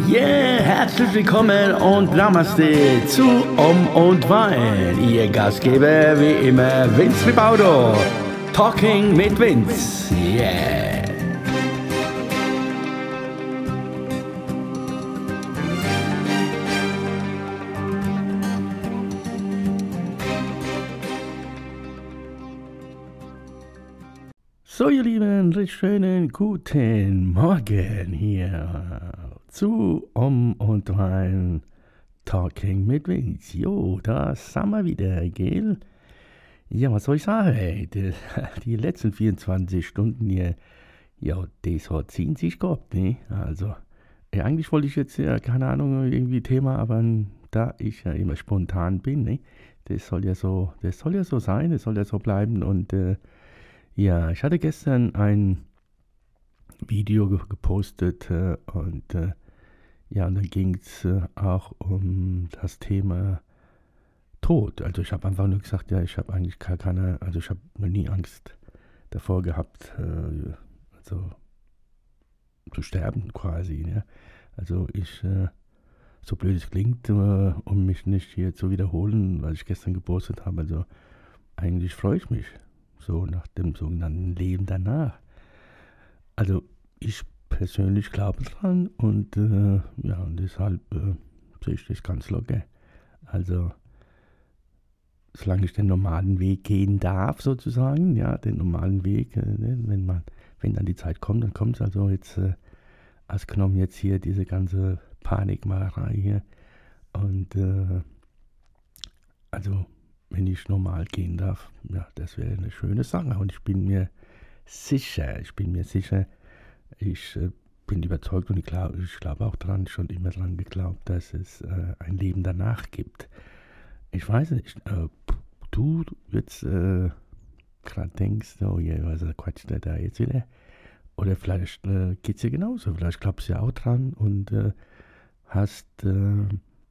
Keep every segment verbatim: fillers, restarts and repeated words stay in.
Yeah, herzlich willkommen und Namaste zu Um und Wein. Ihr Gastgeber wie immer Vince Ribaudo. Talking mit Vince. Yeah. So, ihr Lieben, recht schönen guten Morgen hier zu Um und Wein Talking mit Vince. Jo, da sind wir wieder, gell? Ja, was soll ich sagen? Die, die letzten vierundzwanzig Stunden hier, ja, das hat ziehen sich gehabt, ne? Also, ja, eigentlich wollte ich jetzt, ja, keine Ahnung, irgendwie Thema, aber da ich ja immer spontan bin, ne? Das soll ja so, das soll ja so sein, das soll ja so bleiben und, äh, ja, ich hatte gestern ein Video ge- gepostet äh, und äh, ja, und dann ging es äh, auch um das Thema Tod. Also ich habe einfach nur gesagt, ja, ich habe eigentlich gar keine, also ich habe noch nie Angst davor gehabt, äh, also zu sterben quasi. Ne? Also ich, äh, so blöd es klingt, äh, um mich nicht hier zu wiederholen, was ich gestern gepostet habe, also eigentlich freue ich mich so nach dem sogenannten Leben danach. Also ich persönlich glaube dran und äh, ja, und deshalb äh, sehe ich das ganz locker. Also solange ich den normalen Weg gehen darf, sozusagen, ja, den normalen Weg, äh, ne, wenn man, wenn dann die Zeit kommt, dann kommt es also jetzt, äh, ausgenommen jetzt hier diese ganze Panikmacherei hier und äh, also wenn ich normal gehen darf, ja, das wäre eine schöne Sache und ich bin mir sicher, ich bin mir sicher, ich äh, bin überzeugt und ich glaube ich glaub auch dran, schon immer dran geglaubt, dass es äh, ein Leben danach gibt. Ich weiß nicht, äh, du jetzt äh, gerade denkst, oh je, was quatscht der da jetzt wieder? Oder vielleicht äh, geht es dir genauso, vielleicht glaubst du ja auch dran und äh, hast äh,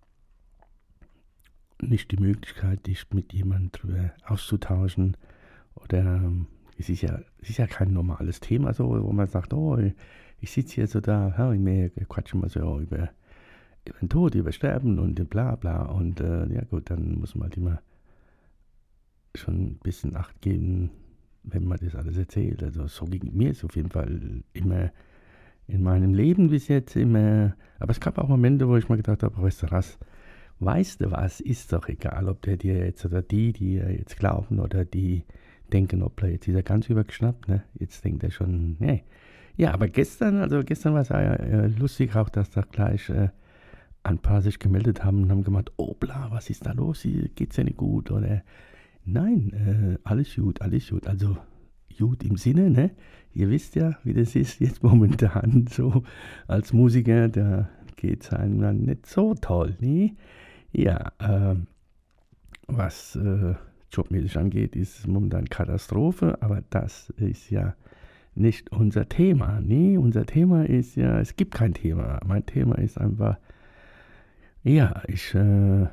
nicht die Möglichkeit, dich mit jemandem drüber auszutauschen. Oder ähm, es ist ja, es ist ja kein normales Thema, so, wo man sagt, oh, ich sitze hier so da, ja, wir quatschen mal so über, über den Tod, über Sterben und bla bla. Und äh, ja gut, dann muss man halt immer schon ein bisschen Acht geben, wenn man das alles erzählt. Also so ging mir es auf jeden Fall immer in meinem Leben bis jetzt immer. Aber es gab auch Momente, wo ich mal gedacht habe, weißt du was, weißt du was, ist doch egal, ob der dir jetzt oder die, die jetzt glauben oder die denken, ob er jetzt ist er ganz übergeschnappt, ne? Jetzt denkt er schon, ne. Ja, aber gestern, also gestern war es ja äh, lustig auch, dass da gleich äh, ein paar sich gemeldet haben und haben gemeint, oh bla, was ist da los, geht's dir nicht gut oder nein, äh, alles gut, alles gut, also gut im Sinne, ne? Ihr wisst ja, wie das ist jetzt momentan so als Musiker, da geht's einem dann nicht so toll, ne? Ja, ähm, was äh, jobmäßig angeht, ist es momentan Katastrophe, aber das ist ja nicht unser Thema. Nee, unser Thema ist ja, es gibt kein Thema. Mein Thema ist einfach, ja, ich äh,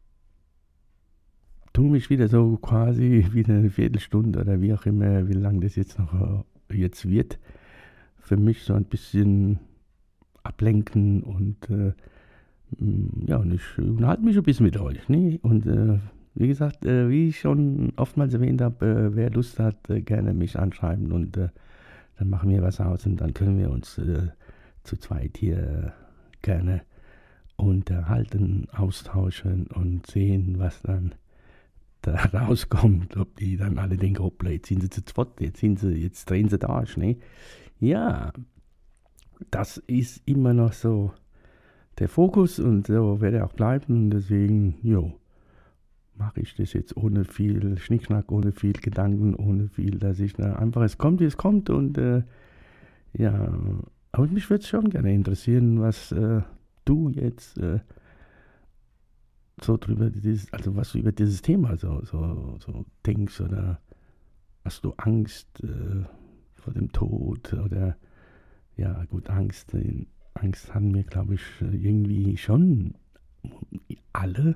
tue mich wieder so quasi wieder eine Viertelstunde oder wie auch immer, wie lange das jetzt noch äh, jetzt wird, für mich so ein bisschen ablenken und äh, ja, und ich unterhalte mich ein bisschen mit euch. Ne? Und äh, wie gesagt, äh, wie ich schon oftmals erwähnt habe, äh, wer Lust hat, äh, gerne mich anschreiben und äh, dann machen wir was aus und dann können wir uns äh, zu zweit hier äh, gerne unterhalten, austauschen und sehen, was dann da rauskommt. Ob die dann alle denken, hoppla, jetzt sind sie zu zweit, jetzt, sind sie, jetzt drehen sie da, ne? Ja, das ist immer noch so der Fokus und so wird er auch bleiben und deswegen, jo, mache ich das jetzt ohne viel Schnickschnack, ohne viel Gedanken, ohne viel, dass ich da einfach, es kommt, wie es kommt und äh, ja, aber mich würde es schon gerne interessieren, was äh, du jetzt äh, so drüber, dieses, also was du über dieses Thema so, so, so denkst oder hast du Angst äh, vor dem Tod oder ja gut, Angst, äh, Angst haben wir, glaube ich, irgendwie schon alle,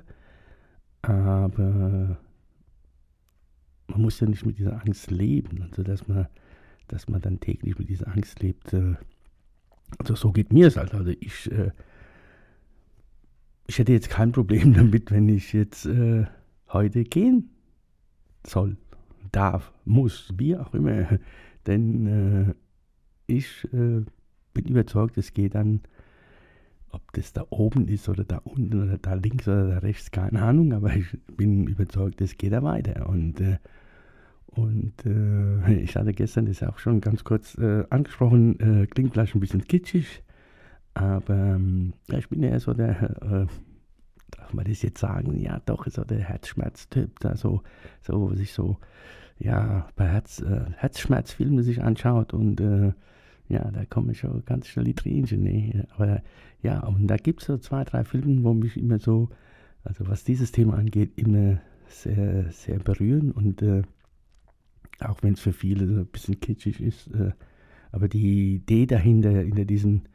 aber man muss ja nicht mit dieser Angst leben, also dass man, dass man dann täglich mit dieser Angst lebt. Äh, also so geht mir es halt. Also ich äh, ich hätte jetzt kein Problem damit, wenn ich jetzt äh, heute gehen soll, darf, muss, wie auch immer. Denn äh, ich äh, bin überzeugt, es geht dann, ob das da oben ist oder da unten oder da links oder da rechts, keine Ahnung, aber ich bin überzeugt, es geht da weiter. Und, äh, und äh, ich hatte gestern das auch schon ganz kurz äh, angesprochen, äh, klingt vielleicht ein bisschen kitschig, aber ähm, ja, ich bin ja so der, äh, darf man das jetzt sagen, ja doch, so der Herzschmerztyp, da so, so sich so, ja, bei Herz, äh, Herzschmerzfilme sich anschaut und äh, ja, da kommen schon ganz schnell die Tränchen, ne? Aber ja, und da gibt es so zwei, drei Filme, wo mich immer so, also was dieses Thema angeht, immer sehr, sehr berühren und äh, auch wenn es für viele so ein bisschen kitschig ist, äh, aber die Idee dahinter, hinter diesen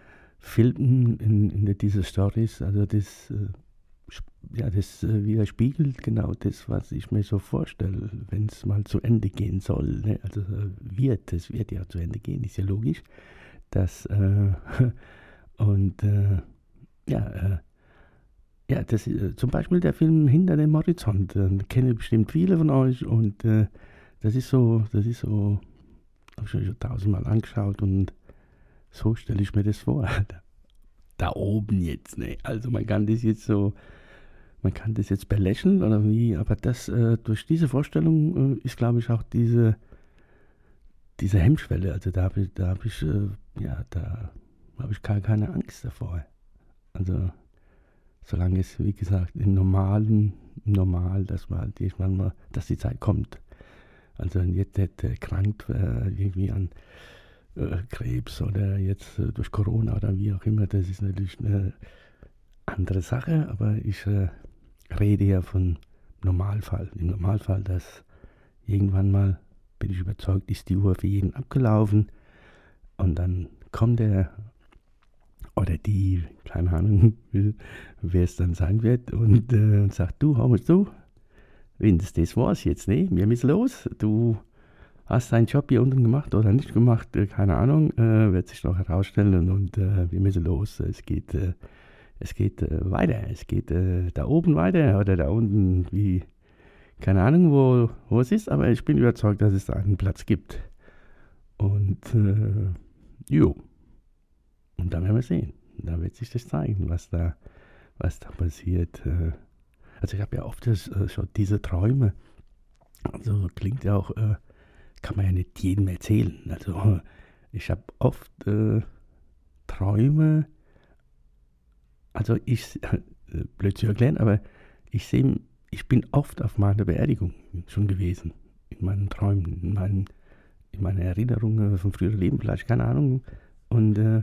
Filmen, in, in diese Stories, also das, äh, ja, das äh, widerspiegelt genau das, was ich mir so vorstelle, wenn es mal zu Ende gehen soll. Ne? Also äh, wird, es wird ja zu Ende gehen, ist ja logisch. Dass, äh, und äh, ja, äh, ja, das äh, zum Beispiel der Film Hinter dem Horizont, äh, kennen bestimmt viele von euch und äh, das ist so, das ist so, habe ich schon tausendmal angeschaut und so stelle ich mir das vor. Da, da oben jetzt, ne? Also man kann das jetzt so, man kann das jetzt belächeln oder wie, aber das, äh, durch diese Vorstellung äh, ist, glaube ich, auch diese, diese Hemmschwelle, also da habe ich, da habe ich, äh, ja, da habe ich gar keine Angst davor. Also, solange es, wie gesagt, im Normalen, normal, dass man halt irgendwann mal, dass die Zeit kommt. Also jetzt nicht erkrankt äh, irgendwie an äh, Krebs oder jetzt äh, durch Corona oder wie auch immer, das ist natürlich eine andere Sache, aber ich äh, rede ja von Normalfall. Im Normalfall, dass irgendwann mal, bin ich überzeugt, ist die Uhr für jeden abgelaufen und dann kommt er oder die, keine Ahnung, wer es dann sein wird und äh, sagt, du, hör mal zu, Vince, das war's jetzt, ne? Wir müssen los. Du hast deinen Job hier unten gemacht oder nicht gemacht, äh, keine Ahnung, äh, wird sich noch herausstellen und äh, wir müssen los. Es geht, äh, es geht äh, weiter, es geht äh, da oben weiter oder da unten, wie, keine Ahnung, wo, wo es ist, aber ich bin überzeugt, dass es da einen Platz gibt. Und, äh, jo. Und dann werden wir sehen. Da wird sich das zeigen, was da, was da passiert. Äh, Also ich habe ja oft das, äh, schon diese Träume, also klingt ja auch, äh, kann man ja nicht jedem erzählen. Also äh, ich habe oft äh, Träume, also ich, äh, blöd zu erklären, aber ich sehe, ich bin oft auf meiner Beerdigung schon gewesen, in meinen Träumen, in meinen, in meinen Erinnerungen von früheren Leben, vielleicht, keine Ahnung. Und äh,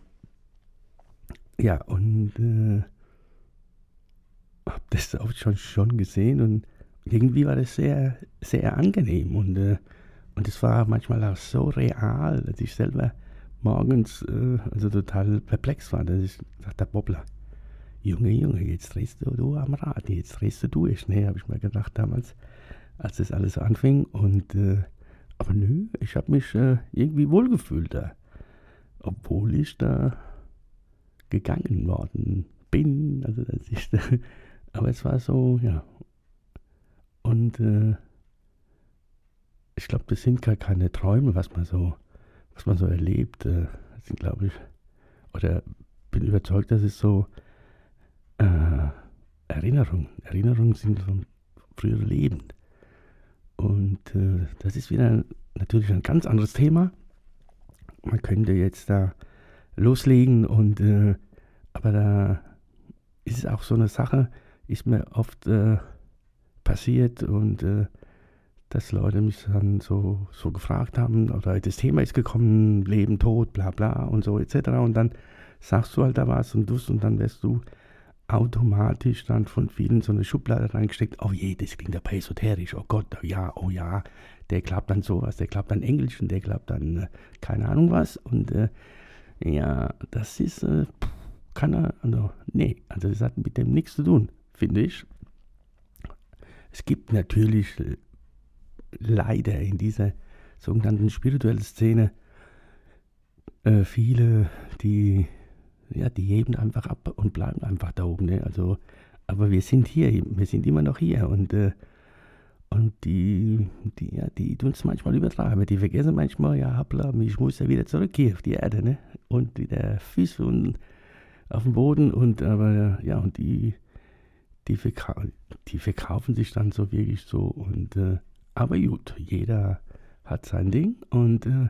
ja, und äh, habe das auch schon, schon gesehen und irgendwie war das sehr, sehr angenehm und äh, und es war manchmal auch so real, dass ich selber morgens äh, also total perplex war, dass ich dachte, Bobbler, Junge, Junge, jetzt drehst du, du am Rad, jetzt drehst du durch, ne, habe ich mir gedacht damals, als das alles so anfing und äh, aber nö, ich habe mich äh, irgendwie wohlgefühlt da, obwohl ich da gegangen worden bin, also dass ich da, aber es war so, ja. Und äh, ich glaube, das sind gar keine Träume, was man so, was man so erlebt. Äh, das sind, glaube ich, oder bin überzeugt, dass es so äh, Erinnerungen. Erinnerungen sind vom früheren Leben. Und äh, das ist wieder natürlich ein ganz anderes Thema. Man könnte jetzt da loslegen und äh, aber da ist es auch so eine Sache, ist mir oft äh, passiert und äh, dass Leute mich dann so, so gefragt haben oder das Thema ist gekommen, Leben, Tod, bla bla und so et cetera. Und dann sagst du halt da was und das und dann wirst du automatisch dann von vielen so eine Schublade reingesteckt, oh je, das klingt aber esoterisch, oh Gott, oh ja, oh ja, der glaubt dann sowas, der glaubt dann Englisch und der glaubt dann äh, keine Ahnung was und äh, ja, das ist, äh, kann er, also, nee, also das hat mit dem nichts zu tun, finde ich. Es gibt natürlich äh, leider in dieser sogenannten spirituellen Szene äh, viele, die ja, die heben einfach ab und bleiben einfach da oben. Ne? Also, aber wir sind hier, wir sind immer noch hier und, äh, und die, die, ja, die tun es manchmal übertreiben. Die vergessen manchmal, ja, hoppla, ich muss ja wieder zurück hier auf die Erde, ne? Und wieder Füße und auf dem Boden und aber ja, und die, die, verkau die verkaufen sich dann so wirklich so und äh, aber gut, jeder hat sein Ding und äh,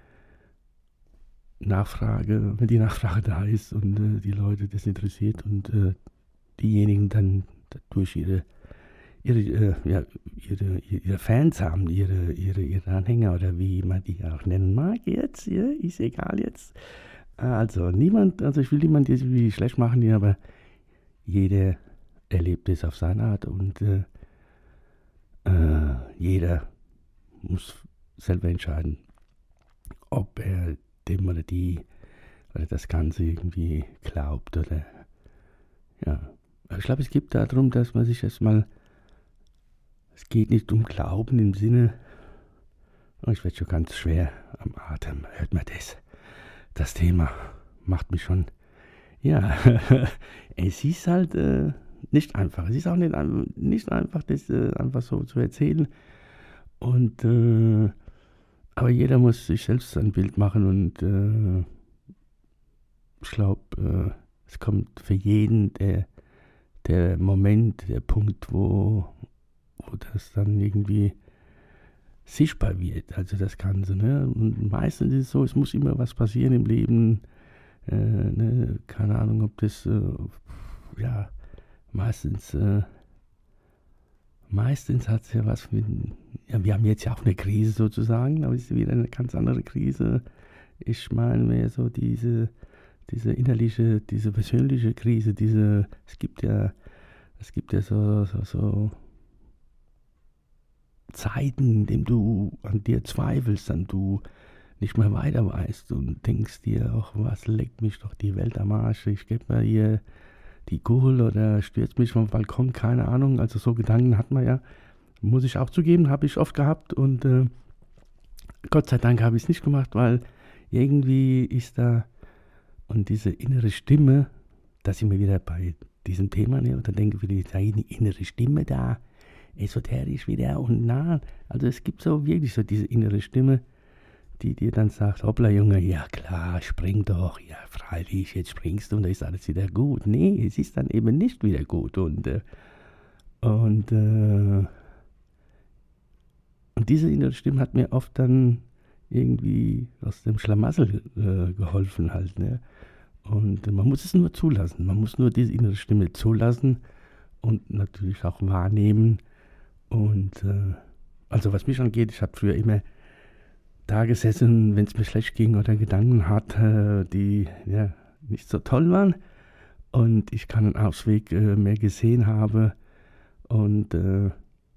Nachfrage, wenn die Nachfrage da ist und äh, die Leute das interessiert und äh, diejenigen dann durch ihre ihre, äh, ja, ihre, ihre Fans haben, ihre, ihre, ihre Anhänger oder wie man die auch nennen mag jetzt, ja, ist egal jetzt. Also niemand, also ich will niemand irgendwie schlecht machen hier, aber jeder erlebt es auf seine Art und äh, äh, jeder muss selber entscheiden, ob er dem oder die oder das Ganze irgendwie glaubt oder ja. Ich glaube, es geht darum, dass man sich erstmal, es geht nicht um Glauben im Sinne, oh, ich werde schon ganz schwer am Atem, hört man das? Das Thema macht mich schon, ja, es ist halt äh, nicht einfach, es ist auch nicht, nicht einfach, das äh, einfach so zu erzählen und äh, aber jeder muss sich selbst ein Bild machen und äh, ich glaube, äh, es kommt für jeden der, der Moment, der Punkt, wo, wo das dann irgendwie sichtbar wird, also das Ganze. Ne? Und meistens ist es so, es muss immer was passieren im Leben. Äh, ne? Keine Ahnung, ob das, äh, ja, meistens, äh, meistens hat es ja was mit, ja, wir haben jetzt ja auch eine Krise sozusagen, aber es ist wieder eine ganz andere Krise. Ich meine mehr so diese, diese innerliche, diese persönliche Krise, diese, es gibt ja, es gibt ja so, so, so Zeiten, in denen du an dir zweifelst, an du nicht mehr weiter weißt und denkst dir, ach, was leckt mich doch die Welt am Arsch, ich gebe mir hier die Gurl oder stürzt mich vom Balkon, keine Ahnung, also so Gedanken hat man ja, muss ich auch zugeben, habe ich oft gehabt und äh, Gott sei Dank habe ich es nicht gemacht, weil irgendwie ist da und diese innere Stimme, da sind wir wieder bei diesem Thema, ne, und dann denke ich wieder, eine innere Stimme da, esoterisch wieder und na, also es gibt so wirklich so diese innere Stimme, die dir dann sagt, hoppla Junge, ja klar, spring doch, ja freilich, jetzt springst du und da ist alles wieder gut. Nee, es ist dann eben nicht wieder gut und äh, und äh, und diese innere Stimme hat mir oft dann irgendwie aus dem Schlamassel äh, geholfen halt, ne? Und äh, man muss es nur zulassen, man muss nur diese innere Stimme zulassen und natürlich auch wahrnehmen und äh, also was mich angeht, ich habe früher immer da gesessen, wenn es mir schlecht ging oder Gedanken hatte, die ja nicht so toll waren und ich keinen Ausweg äh, mehr gesehen habe und äh,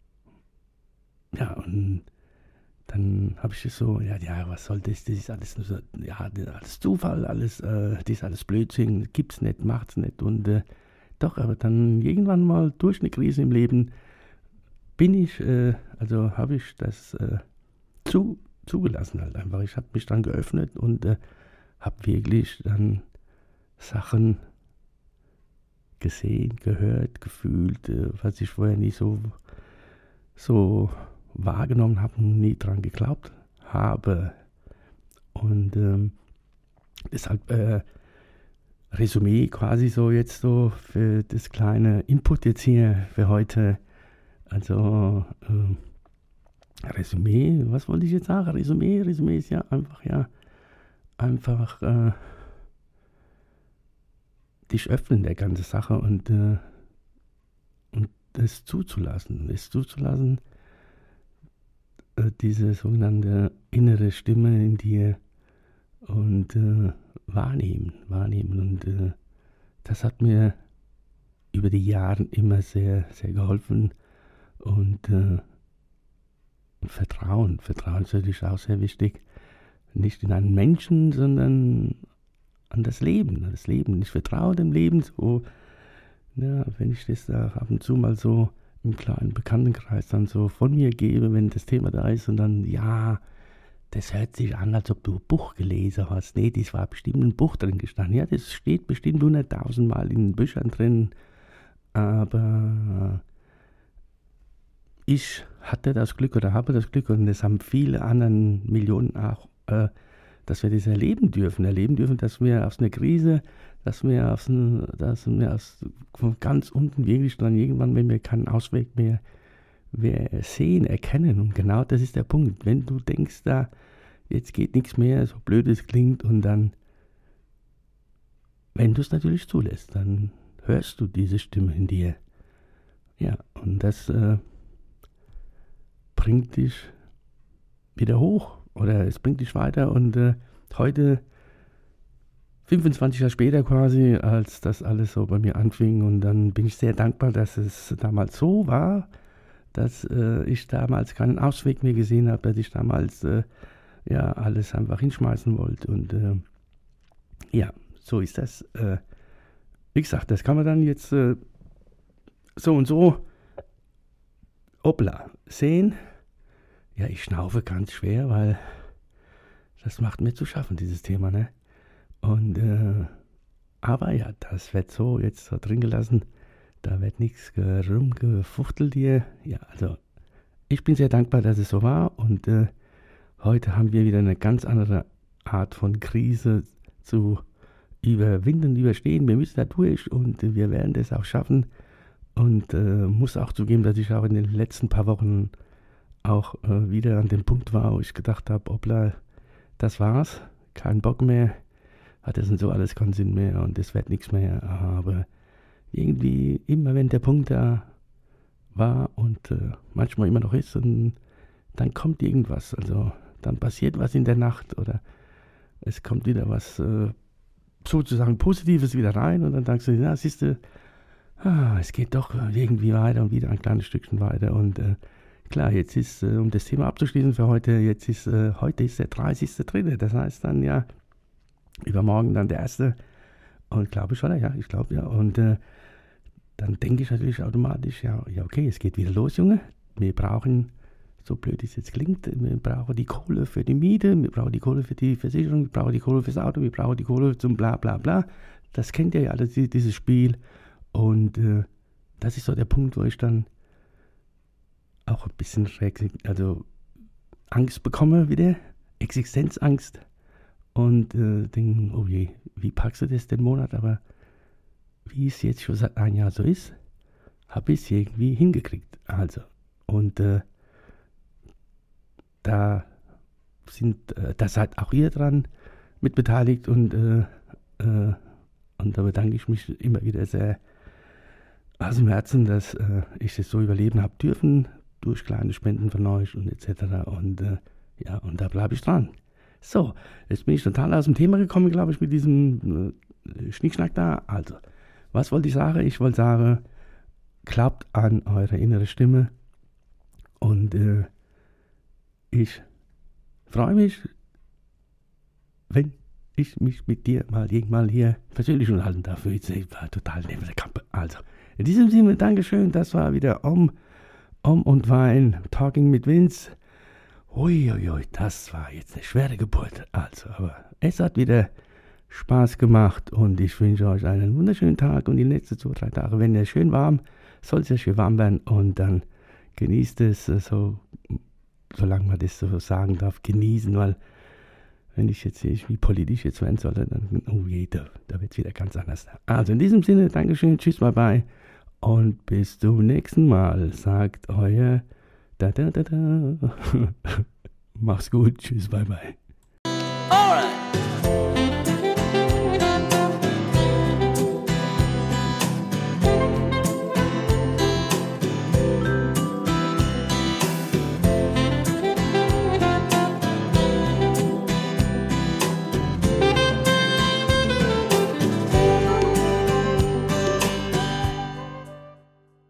ja und dann habe ich es so, ja, ja, was soll das, das ist alles nur so, ja, das ist alles Zufall, alles, äh, das ist alles Blödsinn, gibt's nicht, macht's nicht und äh, doch, aber dann irgendwann mal durch eine Krise im Leben bin ich, äh, also habe ich das äh, zu zugelassen halt einfach. Ich habe mich dann geöffnet und äh, habe wirklich dann Sachen gesehen, gehört, gefühlt, äh, was ich vorher nie so, so wahrgenommen habe und nie dran geglaubt habe. Und ähm, deshalb äh, Resümee quasi so jetzt so für das kleine Input jetzt hier für heute. Also äh, Resümee, was wollte ich jetzt sagen? Resümee, Resümee ist ja einfach, ja, einfach äh, dich öffnen der ganze Sache und, äh, und es zuzulassen, es zuzulassen, äh, diese sogenannte innere Stimme in dir und äh, wahrnehmen, wahrnehmen und äh, das hat mir über die Jahre immer sehr, sehr geholfen und äh, Vertrauen. Vertrauen ist natürlich auch sehr wichtig. Nicht in einen Menschen, sondern an das Leben. An das Leben. Ich vertraue dem Leben so, ja, wenn ich das da ab und zu mal so im kleinen Bekanntenkreis dann so von mir gebe, wenn das Thema da ist und dann, ja, das hört sich an, als ob du ein Buch gelesen hast. Nee, das war bestimmt ein Buch drin gestanden. Ja, das steht bestimmt hunderttausend Mal in Büchern drin. Aber ich hatte das Glück oder habe das Glück, und das haben viele anderen Millionen auch, äh, dass wir das erleben dürfen. Erleben dürfen, dass wir aus einer Krise, dass wir aus, ein, dass wir aus von ganz unten wirklich dann irgendwann, wenn wir keinen Ausweg mehr wir sehen, erkennen. Und genau das ist der Punkt. Wenn du denkst, da jetzt geht nichts mehr, so blöd es klingt, und dann, wenn du es natürlich zulässt, dann hörst du diese Stimme in dir. Ja, und das äh, bringt dich wieder hoch oder es bringt dich weiter. Und äh, heute, fünfundzwanzig Jahre später quasi, als das alles so bei mir anfing, und dann bin ich sehr dankbar, dass es damals so war, dass äh, ich damals keinen Ausweg mehr gesehen habe, dass ich damals äh, ja alles einfach hinschmeißen wollte. Und äh, ja, so ist das. Äh, wie gesagt, das kann man dann jetzt äh, so und so hoppla sehen. Ja, ich schnaufe ganz schwer, weil das macht mir zu schaffen, dieses Thema, ne? Und äh, aber ja, das wird so jetzt so drin gelassen. Da wird nichts rumgefuchtelt hier. Ja, also ich bin sehr dankbar, dass es so war. Und äh, heute haben wir wieder eine ganz andere Art von Krise zu überwinden, überstehen. Wir müssen da durch und äh, wir werden das auch schaffen. Und äh, muss auch zugeben, dass ich auch in den letzten paar Wochen auch äh, wieder an dem Punkt war, wo ich gedacht habe, hoppla, das war's, kein Bock mehr, hat das und so alles keinen Sinn mehr und es wird nichts mehr. Aber irgendwie immer, wenn der Punkt da war und äh, manchmal immer noch ist, und dann kommt irgendwas, also dann passiert was in der Nacht oder es kommt wieder was äh, sozusagen Positives wieder rein, und dann denkst du, na siehst du, ah, es geht doch irgendwie weiter und wieder ein kleines Stückchen weiter. Und äh, klar, jetzt ist, äh, um das Thema abzuschließen für heute, jetzt ist, äh, heute ist der dreißigste dritte Das heißt dann ja, übermorgen dann der erste Und glaube ich, oder? Ja, ich glaube ja. Und äh, dann denke ich natürlich automatisch, ja, ja, okay, es geht wieder los, Junge. Wir brauchen, so blöd es jetzt klingt, wir brauchen die Kohle für die Miete, wir brauchen die Kohle für die Versicherung, wir brauchen die Kohle fürs Auto, wir brauchen die Kohle zum bla bla bla. Das kennt ihr ja alle, dieses Spiel. Und äh, das ist so der Punkt, wo ich dann auch ein bisschen also Angst bekomme wieder, Existenzangst. Und äh, denke, oh je, wie packst du das den Monat? Aber wie es jetzt schon seit einem Jahr so ist, habe ich es irgendwie hingekriegt. Also, und äh, da sind, äh, da seid auch ihr dran mitbeteiligt, und, äh, äh, und da bedanke ich mich immer wieder sehr aus dem Herzen, dass äh, ich das so überleben habe dürfen, durch kleine Spenden von euch und et cetera. Und äh, ja, und da bleibe ich dran. So, jetzt bin ich total aus dem Thema gekommen, glaube ich, mit diesem äh, Schnickschnack da. Also, was wollte ich sagen? Ich wollte sagen, glaubt an eure innere Stimme, und äh, ich freue mich, wenn ich mich mit dir mal irgendwann hier persönlich unterhalten darf. Ich war total neben der Kampe. Also, in diesem Sinne, Dankeschön, das war wieder Om, Om und Wein, Talking mit Vince. Uiuiui, das war jetzt eine schwere Geburt. Also, aber es hat wieder Spaß gemacht, und ich wünsche euch einen wunderschönen Tag und die nächsten zwei, drei Tage, wenn ihr schön warm, soll es ja schön warm werden, und dann genießt es so, solange man das so sagen darf, genießen, weil wenn ich jetzt wie politisch jetzt werden soll, dann, oh je, da, da wird es wieder ganz anders. Also in diesem Sinne, Dankeschön, tschüss, bye bye und bis zum nächsten Mal, sagt euer da da da da. Mach's gut, tschüss, bye bye. Alright.